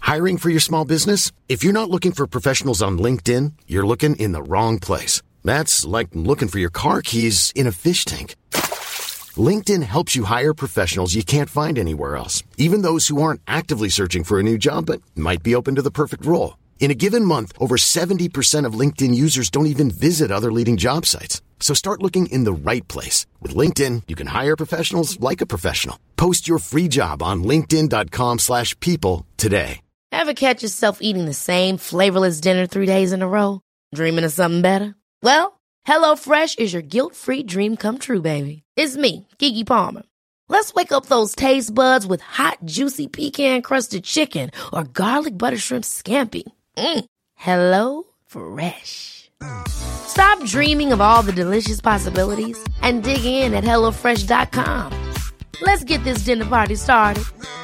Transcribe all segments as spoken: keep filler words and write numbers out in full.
Hiring for your small business? If you're not looking for professionals on LinkedIn, you're looking in the wrong place. That's like looking for your car keys in a fish tank. LinkedIn helps you hire professionals you can't find anywhere else, even those who aren't actively searching for a new job but might be open to the perfect role. In a given month, over seventy percent of LinkedIn users don't even visit other leading job sites. So start looking in the right place. With LinkedIn, you can hire professionals like a professional. Post your free job on linkedin.com slash people today. Ever catch yourself eating the same flavorless dinner three days in a row? Dreaming of something better? Well, HelloFresh is your guilt-free dream come true, baby. It's me, Keke Palmer. Let's wake up those taste buds with hot, juicy pecan-crusted chicken or garlic butter shrimp scampi. Mm. Hello Fresh. Stop dreaming of all the delicious possibilities and dig in at hello fresh dot com. Let's get this dinner party started.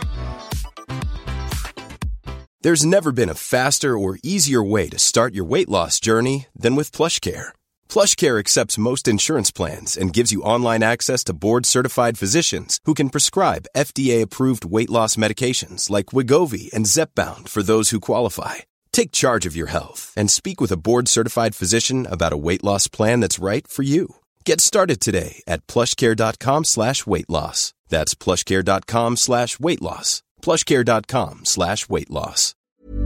There's never been a faster or easier way to start your weight loss journey than with PlushCare. PlushCare accepts most insurance plans and gives you online access to board-certified physicians who can prescribe F D A-approved weight loss medications like Wegovy and Zepbound for those who qualify. Take charge of your health and speak with a board-certified physician about a weight loss plan that's right for you. Get started today at plushcare.com slash weight loss. That's plushcare.com slash weight loss. plushcare.com slash weight loss.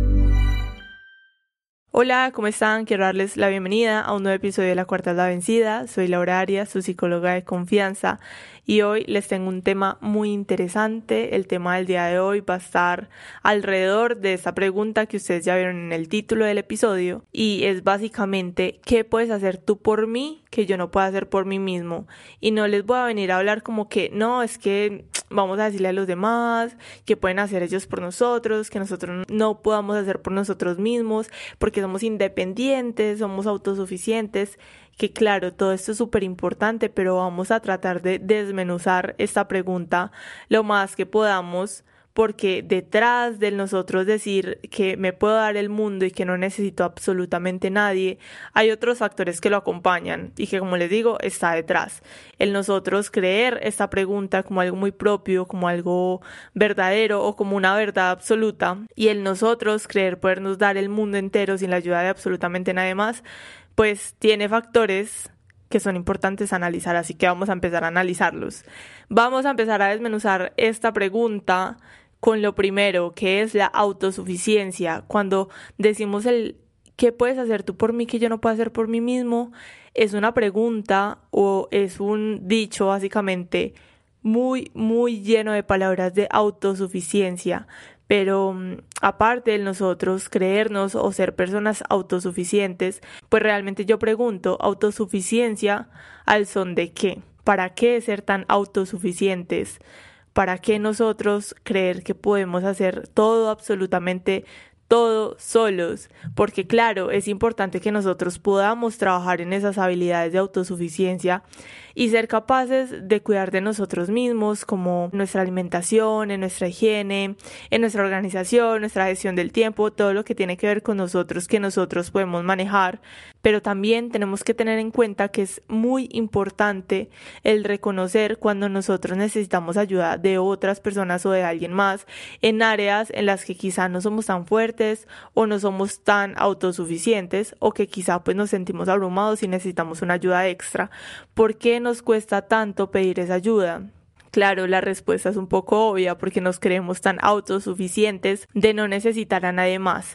Hola, ¿cómo están? Quiero darles la bienvenida a un nuevo episodio de La Cuarta es la Vencida. Soy Laura Arias, su psicóloga de confianza, y hoy les tengo un tema muy interesante. El tema del día de hoy va a estar alrededor de esta pregunta que ustedes ya vieron en el título del episodio, y es básicamente ¿qué puedes hacer tú por mí que yo no puedo hacer por mí mismo? Y no les voy a venir a hablar como que no, es que vamos a decirle a los demás que pueden hacer ellos por nosotros, que nosotros no podamos hacer por nosotros mismos porque somos independientes, somos autosuficientes. Que claro, todo esto es súper importante, pero vamos a tratar de desmenuzar esta pregunta lo más que podamos, porque detrás de nosotros decir que me puedo dar el mundo y que no necesito absolutamente nadie, hay otros factores que lo acompañan y que, como les digo, está detrás. El nosotros creer esta pregunta como algo muy propio, como algo verdadero o como una verdad absoluta, y el nosotros creer podernos dar el mundo entero sin la ayuda de absolutamente nadie más, pues tiene factores que son importantes analizar, así que vamos a empezar a analizarlos. Vamos a empezar a desmenuzar esta pregunta con lo primero, que es la autosuficiencia. Cuando decimos el ¿qué puedes hacer tú por mí que yo no puedo hacer por mí mismo? Es una pregunta o es un dicho básicamente muy, muy lleno de palabras de autosuficiencia. Pero um, aparte de nosotros creernos o ser personas autosuficientes, pues realmente yo pregunto, ¿autosuficiencia al son de qué? ¿Para qué ser tan autosuficientes? ¿Para qué nosotros creer que podemos hacer todo, absolutamente todo solos? Porque claro, es importante que nosotros podamos trabajar en esas habilidades de autosuficiencia y ser capaces de cuidar de nosotros mismos, como nuestra alimentación, en nuestra higiene, en nuestra organización, nuestra gestión del tiempo, todo lo que tiene que ver con nosotros, que nosotros podemos manejar. Pero también tenemos que tener en cuenta que es muy importante el reconocer cuando nosotros necesitamos ayuda de otras personas o de alguien más en áreas en las que quizá no somos tan fuertes o no somos tan autosuficientes, o que quizá pues nos sentimos abrumados y necesitamos una ayuda extra. ¿Por qué nos cuesta tanto pedir esa ayuda? Claro, la respuesta es un poco obvia, porque nos creemos tan autosuficientes de no necesitar a nadie más.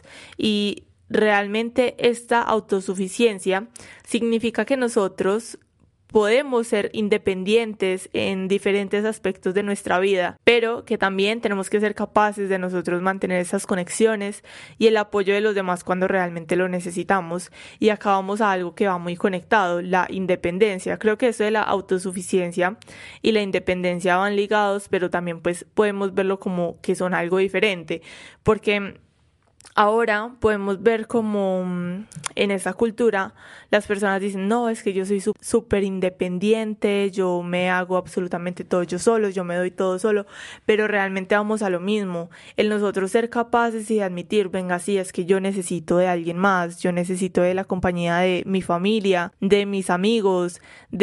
Y realmente esta autosuficiencia significa que nosotros podemos ser independientes en diferentes aspectos de nuestra vida, pero que también tenemos que ser capaces de nosotros mantener esas conexiones y el apoyo de los demás cuando realmente lo necesitamos. Y acá vamos a algo que va muy conectado, la independencia. Creo que eso de la autosuficiencia y la independencia van ligados, pero también pues podemos verlo como que son algo diferente, porque ahora podemos ver como en esa cultura las personas dicen, no, es que yo soy súper independiente, yo me hago absolutamente todo yo solo, yo me doy todo solo, pero realmente vamos a lo mismo, el nosotros ser capaces y admitir, venga, sí, es que yo necesito de alguien más, yo necesito de la compañía de mi familia, de mis amigos,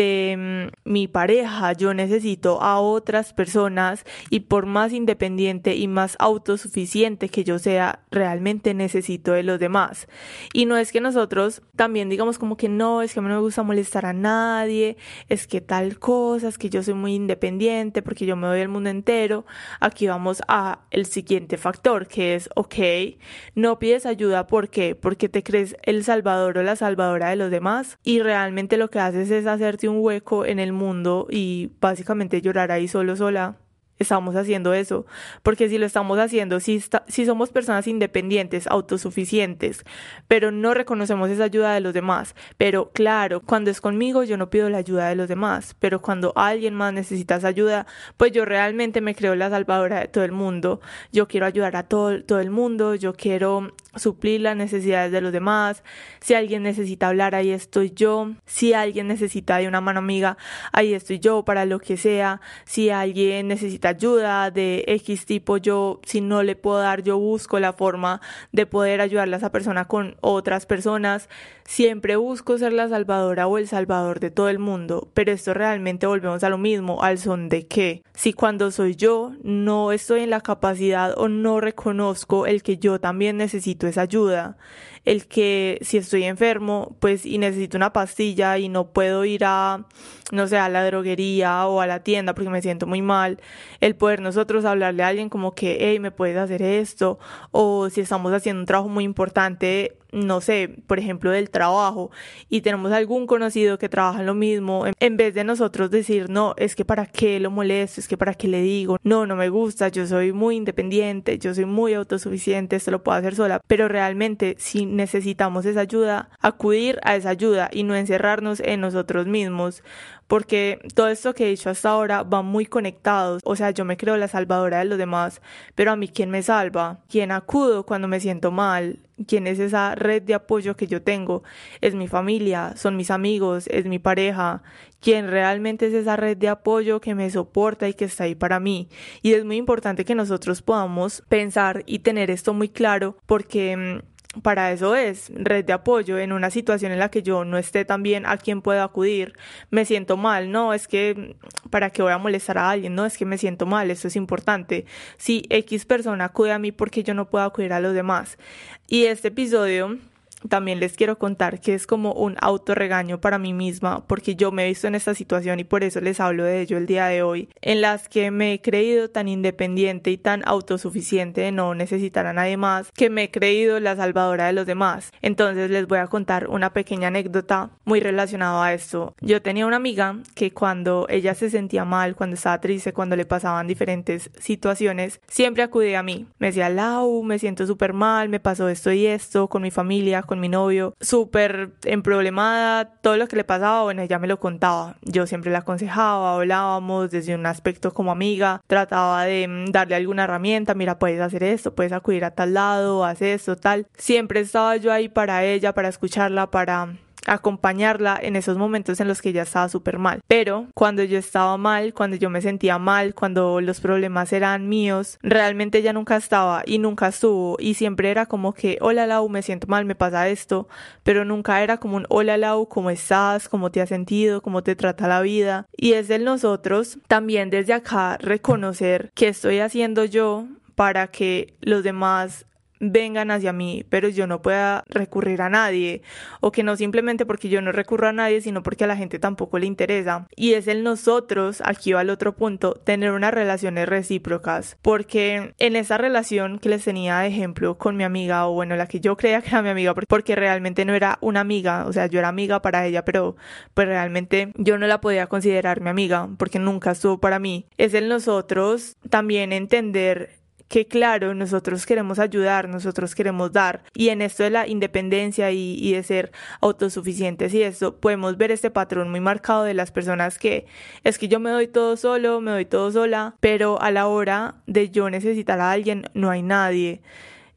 de mm, mi pareja, yo necesito a otras personas, y por más independiente y más autosuficiente que yo sea, realmente necesito de los demás. Y no es que nosotros también digamos como que no, es que a mí no me gusta molestar a nadie, es que tal cosa, es que yo soy muy independiente porque yo me doy al mundo entero. Aquí vamos a el siguiente factor, que es, ok, no pides ayuda, ¿por qué? Porque te crees el salvador o la salvadora de los demás, y realmente lo que haces es hacerte un hueco en el mundo y básicamente llorar ahí solo, sola. Estamos haciendo eso, porque si lo estamos haciendo, si, está, si somos personas independientes, autosuficientes, pero no reconocemos esa ayuda de los demás, pero claro, cuando es conmigo yo no pido la ayuda de los demás, pero cuando alguien más necesita esa ayuda, pues yo realmente me creo la salvadora de todo el mundo, yo quiero ayudar a todo, todo el mundo, yo quiero suplir las necesidades de los demás, si alguien necesita hablar, ahí estoy yo, si alguien necesita de una mano amiga, ahí estoy yo para lo que sea, si alguien necesita ayuda de X tipo, yo si no le puedo dar, yo busco la forma de poder ayudarle a esa persona con otras personas, siempre busco ser la salvadora o el salvador de todo el mundo, pero esto realmente volvemos a lo mismo, al son de qué, si cuando soy yo no estoy en la capacidad o no reconozco el que yo también necesito esa ayuda, el que si estoy enfermo pues y necesito una pastilla y no puedo ir a, no sé, a la droguería o a la tienda porque me siento muy mal, el poder nosotros hablarle a alguien como que, hey, me puedes hacer esto, o si estamos haciendo un trabajo muy importante, no sé, por ejemplo del trabajo, y tenemos algún conocido que trabaja en lo mismo, en vez de nosotros decir, no, es que para qué lo molesto, es que para qué le digo, no, no me gusta, yo soy muy independiente, yo soy muy autosuficiente, esto lo puedo hacer sola, pero realmente si necesitamos esa ayuda, acudir a esa ayuda y no encerrarnos en nosotros mismos, porque todo esto que he dicho hasta ahora va muy conectado, o sea, yo me creo la salvadora de los demás, pero a mí, ¿quién me salva? ¿Quién acudo cuando me siento mal? ¿Quién es esa red de apoyo que yo tengo? Es mi familia, son mis amigos, es mi pareja. ¿Quién realmente es esa red de apoyo que me soporta y que está ahí para mí? Y es muy importante que nosotros podamos pensar y tener esto muy claro, porque para eso es red de apoyo. En una situación en la que yo no esté tan bien, ¿a quién puedo acudir? Me siento mal, no, es que ¿para qué voy a molestar a alguien? No, es que me siento mal, esto es importante. Si X persona acude a mí, ¿por qué yo no puedo acudir a los demás? Y este episodio también les quiero contar que es como un autorregaño para mí misma, porque yo me he visto en esta situación y por eso les hablo de ello el día de hoy, en las que me he creído tan independiente y tan autosuficiente de no necesitar a nadie más, que me he creído la salvadora de los demás. Entonces les voy a contar una pequeña anécdota muy relacionada a esto. Yo tenía una amiga que cuando ella se sentía mal, cuando estaba triste, cuando le pasaban diferentes situaciones, siempre acudía a mí. Me decía, Lau, me siento súper mal, me pasó esto y esto con mi familia, con mi novio, súper emproblemada, todo lo que le pasaba, bueno, ella me lo contaba. Yo siempre la aconsejaba, hablábamos desde un aspecto como amiga, trataba de darle alguna herramienta, mira, puedes hacer esto, puedes acudir a tal lado, haz esto, tal. Siempre estaba yo ahí para ella, para escucharla, para acompañarla en esos momentos en los que ella estaba súper mal. Pero cuando yo estaba mal, cuando yo me sentía mal, cuando los problemas eran míos, realmente ella nunca estaba y nunca estuvo, y siempre era como que, hola Lau, me siento mal, me pasa esto, pero nunca era como un hola Lau, ¿cómo estás? ¿Cómo te has sentido? ¿Cómo te trata la vida? Y es de nosotros también desde acá reconocer qué estoy haciendo yo para que los demás vengan hacia mí, pero yo no pueda recurrir a nadie, o que no simplemente porque yo no recurro a nadie, sino porque a la gente tampoco le interesa. Y es el nosotros, aquí va el otro punto, tener unas relaciones recíprocas, porque en esa relación que les tenía de ejemplo con mi amiga, o bueno, la que yo creía que era mi amiga, porque realmente no era una amiga, o sea, yo era amiga para ella, pero pues realmente yo no la podía considerar mi amiga, porque nunca estuvo para mí. Es el nosotros también entender que claro, nosotros queremos ayudar, nosotros queremos dar, y en esto de la independencia y, y de ser autosuficientes y esto, podemos ver este patrón muy marcado de las personas que es que yo me doy todo solo, me doy todo sola, pero a la hora de yo necesitar a alguien no hay nadie.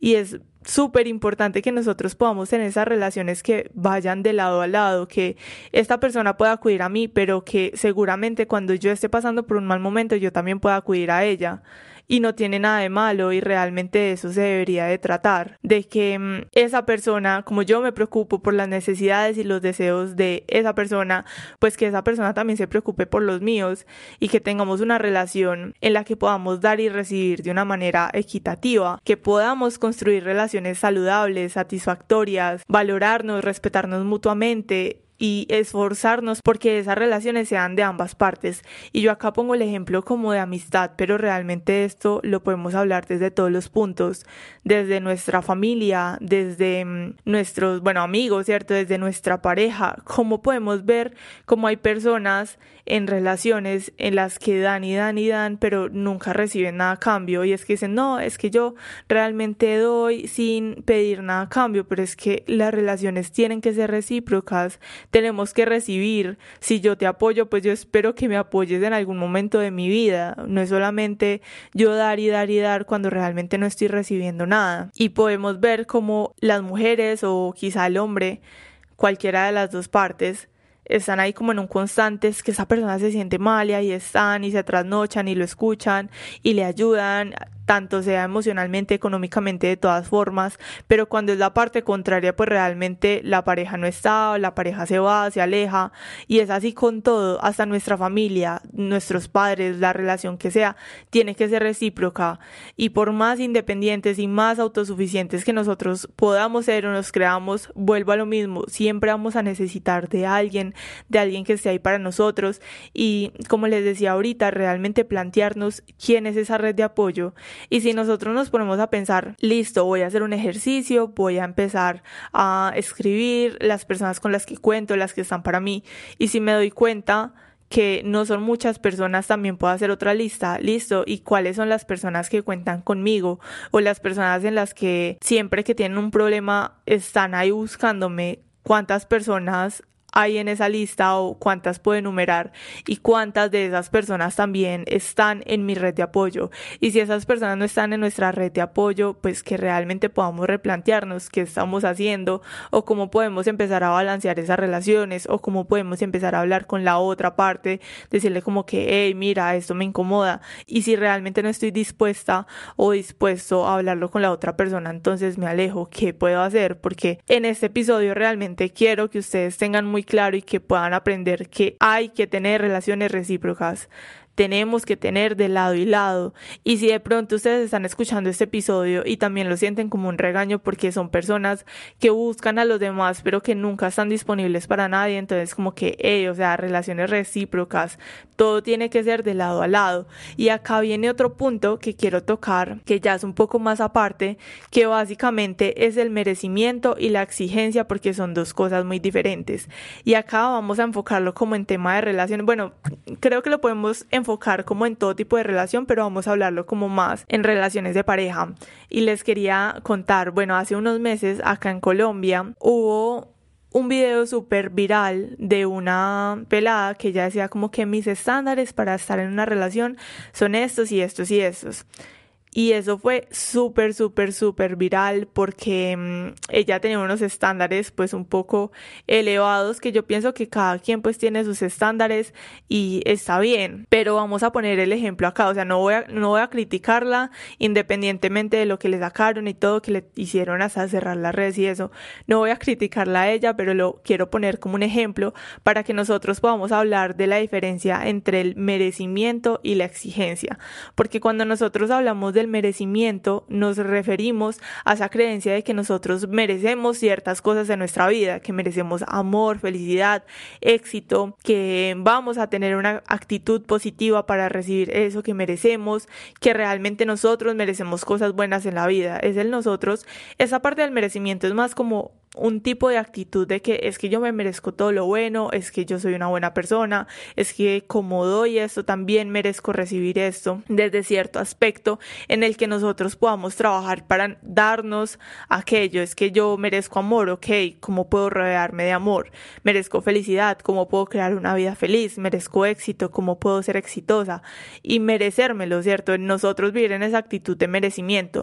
y es súper importante que nosotros podamos tener esas relaciones que vayan de lado a lado, que esta persona pueda acudir a mí, pero que seguramente cuando yo esté pasando por un mal momento yo también pueda acudir a ella. Y no tiene nada de malo, y realmente eso se debería de tratar, de que mmm, esa persona, como yo me preocupo por las necesidades y los deseos de esa persona, pues que esa persona también se preocupe por los míos, y que tengamos una relación en la que podamos dar y recibir de una manera equitativa, que podamos construir relaciones saludables, satisfactorias, valorarnos, respetarnos mutuamente y esforzarnos porque esas relaciones sean de ambas partes. Y yo acá pongo el ejemplo como de amistad, pero realmente esto lo podemos hablar desde todos los puntos, desde nuestra familia, desde mmm, nuestros, bueno, amigos, ¿cierto? Desde nuestra pareja. Como podemos ver cómo hay personas en relaciones en las que dan y dan y dan, pero nunca reciben nada a cambio, y es que dicen, no, es que yo realmente doy sin pedir nada a cambio, pero es que las relaciones tienen que ser recíprocas, tenemos que recibir. Si yo te apoyo, pues yo espero que me apoyes en algún momento de mi vida, no es solamente yo dar y dar y dar cuando realmente no estoy recibiendo nada. Y podemos ver cómo las mujeres o quizá el hombre, cualquiera de las dos partes, están ahí como en un constante, es que esa persona se siente mal y ahí están y se trasnochan y lo escuchan y le ayudan, tanto sea emocionalmente, económicamente, de todas formas, pero cuando es la parte contraria, pues realmente la pareja no está, la pareja se va, se aleja, y es así con todo, hasta nuestra familia, nuestros padres, la relación que sea, tiene que ser recíproca, y por más independientes y más autosuficientes que nosotros podamos ser o nos creamos, vuelvo a lo mismo, siempre vamos a necesitar de alguien, de alguien que esté ahí para nosotros, y como les decía ahorita, realmente plantearnos quién es esa red de apoyo. Y si nosotros nos ponemos a pensar, listo, voy a hacer un ejercicio, voy a empezar a escribir las personas con las que cuento, las que están para mí, y si me doy cuenta que no son muchas personas, también puedo hacer otra lista, listo, y cuáles son las personas que cuentan conmigo, o las personas en las que siempre que tienen un problema están ahí buscándome, cuántas personas hay en esa lista o cuántas puedo enumerar, y cuántas de esas personas también están en mi red de apoyo. Y si esas personas no están en nuestra red de apoyo, pues que realmente podamos replantearnos qué estamos haciendo, o cómo podemos empezar a balancear esas relaciones, o cómo podemos empezar a hablar con la otra parte, decirle como que, hey, mira, esto me incomoda, y si realmente no estoy dispuesta o dispuesto a hablarlo con la otra persona, entonces me alejo. ¿Qué puedo hacer? Porque en este episodio realmente quiero que ustedes tengan muy claro y que puedan aprender que hay que tener relaciones recíprocas. Tenemos que tener de lado y lado. Y si de pronto ustedes están escuchando este episodio y también lo sienten como un regaño porque son personas que buscan a los demás pero que nunca están disponibles para nadie, entonces como que, hey, o sea, relaciones recíprocas, todo tiene que ser de lado a lado. Y acá viene otro punto que quiero tocar, que ya es un poco más aparte, que básicamente es el merecimiento y la exigencia, porque son dos cosas muy diferentes. Y acá vamos a enfocarlo como en tema de relaciones. Bueno, creo que lo podemos enfocar enfocar como en todo tipo de relación, pero vamos a hablarlo como más en relaciones de pareja. Y les quería contar, bueno, hace unos meses acá en Colombia hubo un video súper viral de una pelada que ella decía como que mis estándares para estar en una relación son estos y estos y estos. Y eso fue súper, súper, súper viral porque mmm, ella tenía unos estándares pues un poco elevados, que yo pienso que cada quien pues tiene sus estándares y está bien. Pero vamos a poner el ejemplo acá, o sea, no voy a, no voy a criticarla independientemente de lo que le sacaron y todo, que le hicieron hasta cerrar las redes y eso. No voy a criticarla a ella, pero lo quiero poner como un ejemplo para que nosotros podamos hablar de la diferencia entre el merecimiento y la exigencia. Porque cuando nosotros hablamos de merecimiento, nos referimos a esa creencia de que nosotros merecemos ciertas cosas en nuestra vida, que merecemos amor, felicidad, éxito, que vamos a tener una actitud positiva para recibir eso que merecemos, que realmente nosotros merecemos cosas buenas en la vida. Es el nosotros. Esa parte del merecimiento es más como un tipo de actitud de que es que yo me merezco todo lo bueno, es que yo soy una buena persona, es que como doy esto también merezco recibir esto, desde cierto aspecto en el que nosotros podamos trabajar para darnos aquello. Es que yo merezco amor, ok, ¿cómo puedo rodearme de amor? Merezco felicidad, ¿cómo puedo crear una vida feliz? Merezco éxito, ¿cómo puedo ser exitosa? Y merecérmelo, ¿cierto? Nosotros vivir en esa actitud de merecimiento.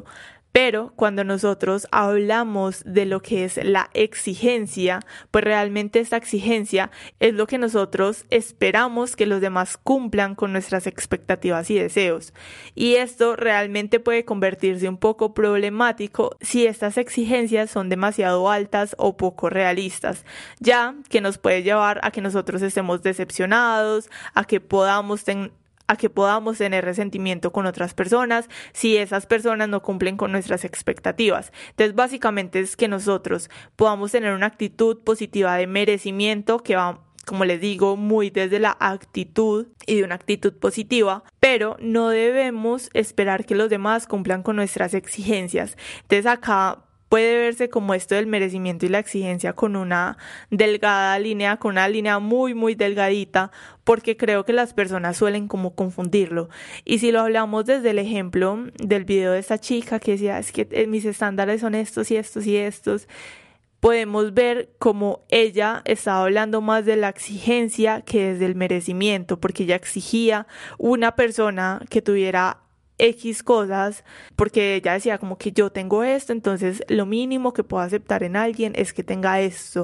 Pero cuando nosotros hablamos de lo que es la exigencia, pues realmente esta exigencia es lo que nosotros esperamos que los demás cumplan con nuestras expectativas y deseos. Y esto realmente puede convertirse un poco problemático si estas exigencias son demasiado altas o poco realistas, ya que nos puede llevar a que nosotros estemos decepcionados, a que podamos tener a que podamos tener resentimiento con otras personas si esas personas no cumplen con nuestras expectativas. Entonces, básicamente es que nosotros podamos tener una actitud positiva de merecimiento que va, como les digo, muy desde la actitud y de una actitud positiva, pero no debemos esperar que los demás cumplan con nuestras exigencias. Entonces, acá puede verse como esto del merecimiento y la exigencia con una delgada línea, con una línea muy, muy delgadita, porque creo que las personas suelen como confundirlo. Y si lo hablamos desde el ejemplo del video de esta chica que decía, es que mis estándares son estos y estos y estos, podemos ver como ella estaba hablando más de la exigencia que desde el merecimiento, porque ella exigía una persona que tuviera X cosas, porque ella decía como que yo tengo esto, entonces lo mínimo que puedo aceptar en alguien es que tenga esto.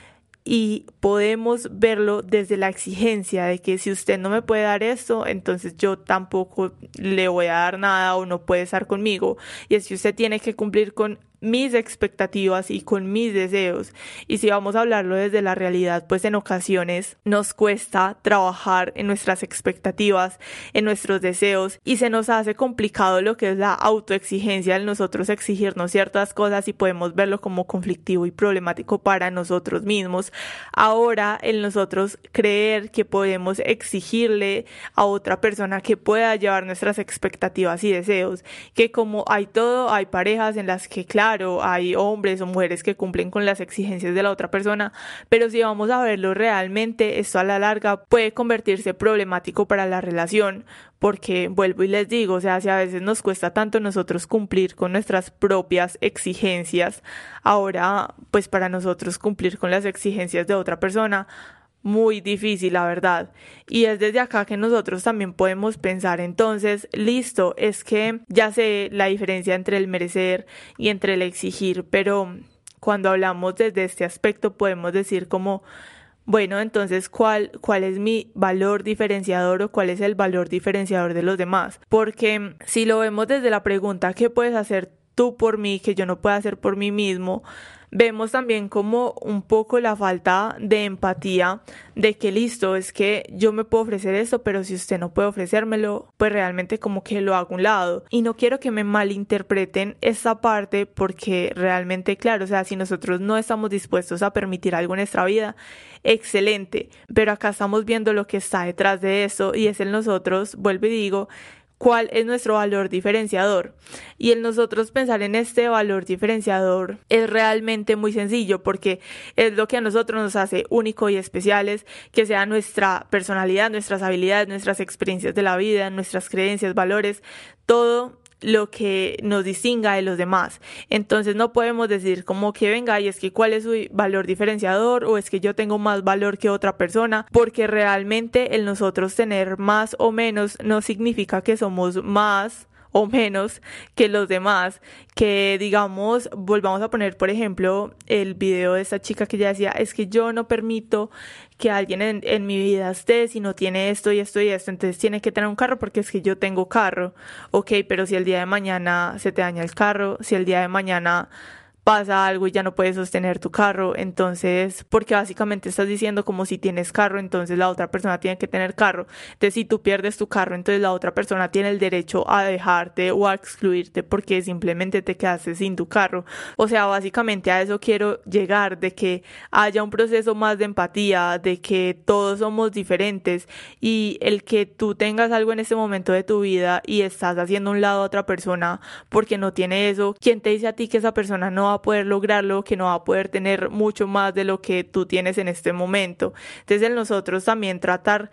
Y podemos verlo desde la exigencia de que si usted no me puede dar esto, entonces yo tampoco le voy a dar nada o no puede estar conmigo. Y es que usted tiene que cumplir con mis expectativas y con mis deseos. Y si vamos a hablarlo desde la realidad, pues en ocasiones nos cuesta trabajar en nuestras expectativas, en nuestros deseos, y se nos hace complicado lo que es la autoexigencia, el nosotros exigirnos ciertas cosas, y podemos verlo como conflictivo y problemático para nosotros mismos. Ahora, el nosotros creer que podemos exigirle a otra persona que pueda llevar nuestras expectativas y deseos, que como hay todo, hay parejas en las que claro, hay hombres o mujeres que cumplen con las exigencias de la otra persona, pero si vamos a verlo realmente, esto a la larga puede convertirse problemático para la relación, porque vuelvo y les digo, o sea, si a veces nos cuesta tanto nosotros cumplir con nuestras propias exigencias, ahora pues para nosotros cumplir con las exigencias de otra persona, muy difícil, la verdad. Y es desde acá que nosotros también podemos pensar, entonces, listo, es que ya sé la diferencia entre el merecer y entre el exigir, pero cuando hablamos desde este aspecto podemos decir como, bueno, entonces, ¿cuál, cuál es mi valor diferenciador o cuál es el valor diferenciador de los demás? Porque si lo vemos desde la pregunta, ¿qué puedes hacer tú por mí que yo no puedo hacer por mí mismo? Vemos también como un poco la falta de empatía de que listo, es que yo me puedo ofrecer esto, pero si usted no puede ofrecérmelo, pues realmente como que lo hago a un lado. Y no quiero que me malinterpreten esta parte porque realmente, claro, o sea, si nosotros no estamos dispuestos a permitir algo en nuestra vida, excelente. Pero acá estamos viendo lo que está detrás de eso y es el nosotros, vuelvo y digo, ¿cuál es nuestro valor diferenciador? Y el nosotros pensar en este valor diferenciador es realmente muy sencillo porque es lo que a nosotros nos hace únicos y especiales, que sea nuestra personalidad, nuestras habilidades, nuestras experiencias de la vida, nuestras creencias, valores, todo lo que nos distinga de los demás. Entonces no podemos decir como que venga y es que cuál es su valor diferenciador o es que yo tengo más valor que otra persona, porque realmente el nosotros tener más o menos no significa que somos más o menos que los demás, que digamos, volvamos a poner por ejemplo el video de esta chica que ya decía, es que yo no permito que alguien en, en mi vida esté si no tiene esto y esto y esto, entonces tiene que tener un carro porque es que yo tengo carro. Ok, pero si el día de mañana se te daña el carro, si el día de mañana pasa algo y ya no puedes sostener tu carro, entonces, porque básicamente estás diciendo como si tienes carro, entonces la otra persona tiene que tener carro. Entonces, si tú pierdes tu carro, entonces la otra persona tiene el derecho a dejarte o a excluirte porque simplemente te quedaste sin tu carro. O sea, básicamente a eso quiero llegar, de que haya un proceso más de empatía, de que todos somos diferentes y el que tú tengas algo en este momento de tu vida y estás haciendo a un lado a otra persona porque no tiene eso, ¿quién te dice a ti que esa persona no va a poder lograrlo, que no va a poder tener mucho más de lo que tú tienes en este momento? Entonces el nosotros también tratar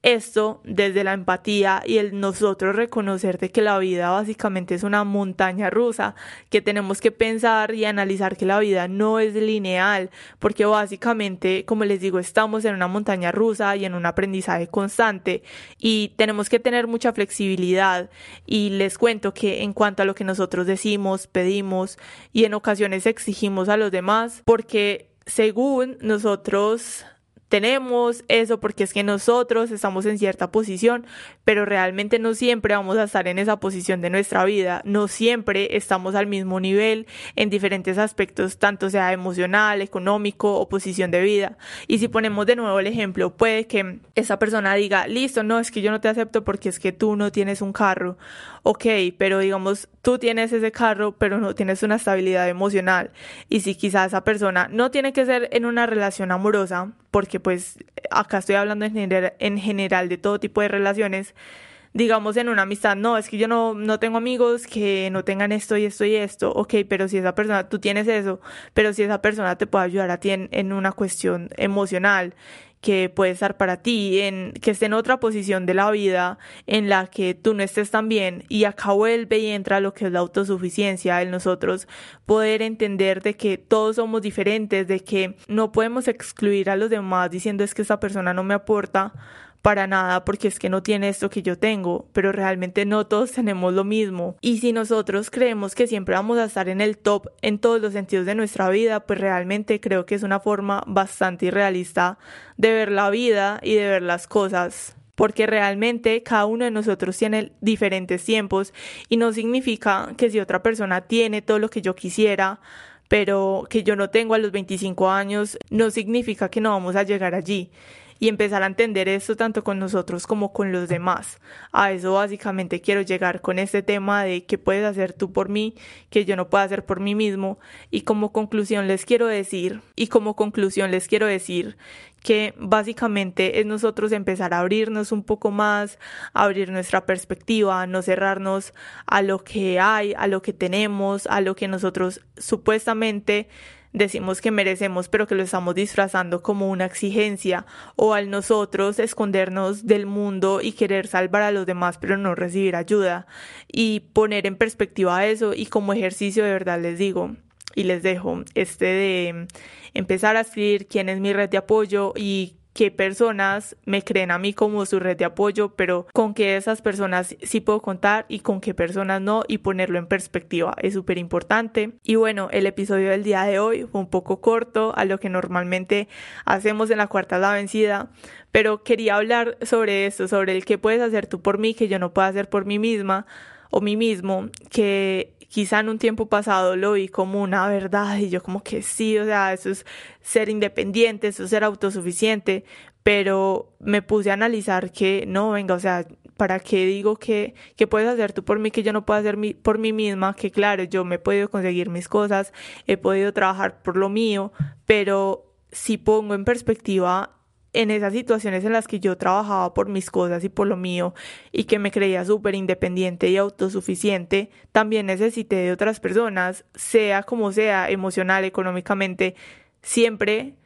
esto desde la empatía y el nosotros reconocer de que la vida básicamente es una montaña rusa, que tenemos que pensar y analizar que la vida no es lineal, porque básicamente, como les digo, estamos en una montaña rusa y en un aprendizaje constante y tenemos que tener mucha flexibilidad. Y les cuento que en cuanto a lo que nosotros decimos, pedimos y en ocasiones exigimos a los demás, porque según nosotros tenemos eso porque es que nosotros estamos en cierta posición, pero realmente no siempre vamos a estar en esa posición de nuestra vida, no siempre estamos al mismo nivel en diferentes aspectos, tanto sea emocional, económico o posición de vida. Y si ponemos de nuevo el ejemplo, puede que esa persona diga, listo, no, es que yo no te acepto porque es que tú no tienes un carro. Ok, pero digamos, tú tienes ese carro, pero no tienes una estabilidad emocional. Y si quizás esa persona no tiene que ser en una relación amorosa, porque pues acá estoy hablando en general, en general de todo tipo de relaciones, digamos en una amistad, no, es que yo no, no tengo amigos que no tengan esto y esto y esto, ok, pero si esa persona, tú tienes eso, pero si esa persona te puede ayudar a ti en, en una cuestión emocional, que puede estar para ti, en que esté en otra posición de la vida en la que tú no estés tan bien, y acá vuelve y entra lo que es la autosuficiencia, el nosotros poder entender de que todos somos diferentes, de que no podemos excluir a los demás diciendo es que esta persona no me aporta para nada porque es que no tiene esto que yo tengo, pero realmente no todos tenemos lo mismo. Y si nosotros creemos que siempre vamos a estar en el top en todos los sentidos de nuestra vida, pues realmente creo que es una forma bastante irrealista de ver la vida y de ver las cosas. Porque realmente cada uno de nosotros tiene diferentes tiempos y no significa que si otra persona tiene todo lo que yo quisiera, pero que yo no tengo a los veinticinco años, no significa que no vamos a llegar allí. Y empezar a entender esto tanto con nosotros como con los demás. A eso básicamente quiero llegar con este tema de qué puedes hacer tú por mí, que yo no puedo hacer por mí mismo. Y como conclusión les quiero decir, y como conclusión les quiero decir que básicamente es nosotros empezar a abrirnos un poco más, abrir nuestra perspectiva, no cerrarnos a lo que hay, a lo que tenemos, a lo que nosotros supuestamente decimos que merecemos, pero que lo estamos disfrazando como una exigencia, o al nosotros escondernos del mundo y querer salvar a los demás, pero no recibir ayuda, y poner en perspectiva eso. Y como ejercicio de verdad les digo y les dejo este de empezar a escribir quién es mi red de apoyo y qué personas me creen a mí como su red de apoyo, pero con qué esas personas sí puedo contar y con qué personas no, y ponerlo en perspectiva es súper importante. Y bueno, el episodio del día de hoy fue un poco corto a lo que normalmente hacemos en La Cuarta es la Vencida, pero quería hablar sobre esto, sobre el qué puedes hacer tú por mí que yo no puedo hacer por mí misma o mí mismo, que quizá en un tiempo pasado lo vi como una verdad y yo como que sí, o sea, eso es ser independiente, eso es ser autosuficiente, pero me puse a analizar que no, venga, o sea, ¿para qué digo que, que puedes hacer tú por mí que yo no puedo hacer mi, por mí misma? Que claro, yo me he podido conseguir mis cosas, he podido trabajar por lo mío, pero si pongo en perspectiva en esas situaciones en las que yo trabajaba por mis cosas y por lo mío y que me creía súper independiente y autosuficiente, también necesité de otras personas, sea como sea, emocional, económicamente. Siempre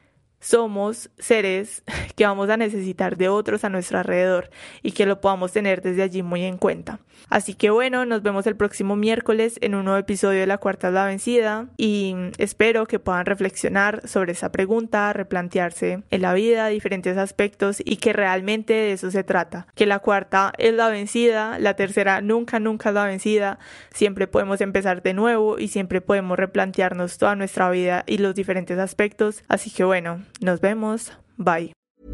somos seres que vamos a necesitar de otros a nuestro alrededor y que lo podamos tener desde allí muy en cuenta. Así que bueno, nos vemos el próximo miércoles en un nuevo episodio de La Cuarta es la Vencida y espero que puedan reflexionar sobre esa pregunta, replantearse en la vida diferentes aspectos y que realmente de eso se trata, que la cuarta es la vencida, la tercera nunca, nunca es la vencida, siempre podemos empezar de nuevo y siempre podemos replantearnos toda nuestra vida y los diferentes aspectos. Así que bueno, nos vemos. Bye.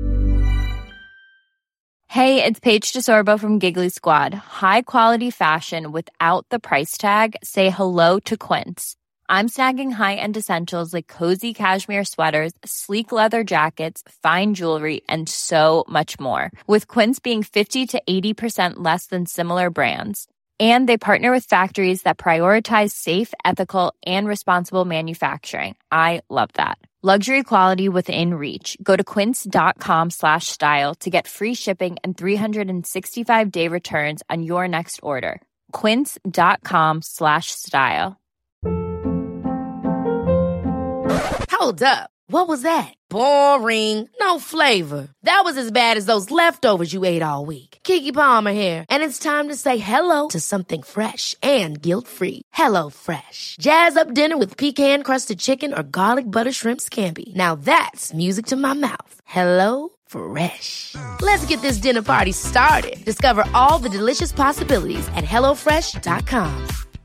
Hey, it's Paige DeSorbo from Giggly Squad. High quality fashion without the price tag. Say hello to Quince. I'm snagging high-end essentials like cozy cashmere sweaters, sleek leather jackets, fine jewelry, and so much more. With Quince being fifty to eighty percent less than similar brands. And they partner with factories that prioritize safe, ethical, and responsible manufacturing. I love that. Luxury quality within reach. Go to quince.com slash style to get free shipping and three sixty-five day returns on your next order. Quince.com slash style. Hold up. What was that? Boring. No flavor. That was as bad as those leftovers you ate all week. Keke Palmer here, and it's time to say hello to something fresh and guilt-free. Hello Fresh. Jazz up dinner with pecan-crusted chicken or garlic butter shrimp scampi. Now that's music to my mouth. Hello Fresh. Let's get this dinner party started. Discover all the delicious possibilities at hello fresh dot com.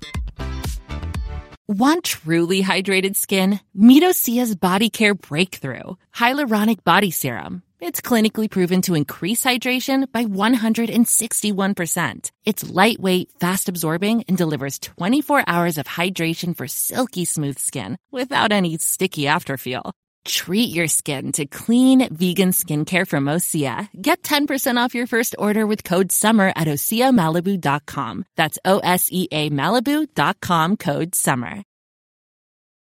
Want truly hydrated skin? Meet Osea's Body Care Breakthrough Hyaluronic Body Serum. It's clinically proven to increase hydration by one hundred sixty-one percent. It's lightweight, fast-absorbing, and delivers twenty-four hours of hydration for silky smooth skin without any sticky afterfeel. Treat your skin to clean, vegan skincare from Osea. Get ten percent off your first order with code SUMMER at osea malibu dot com. That's O S E A Malibu dot com, code SUMMER.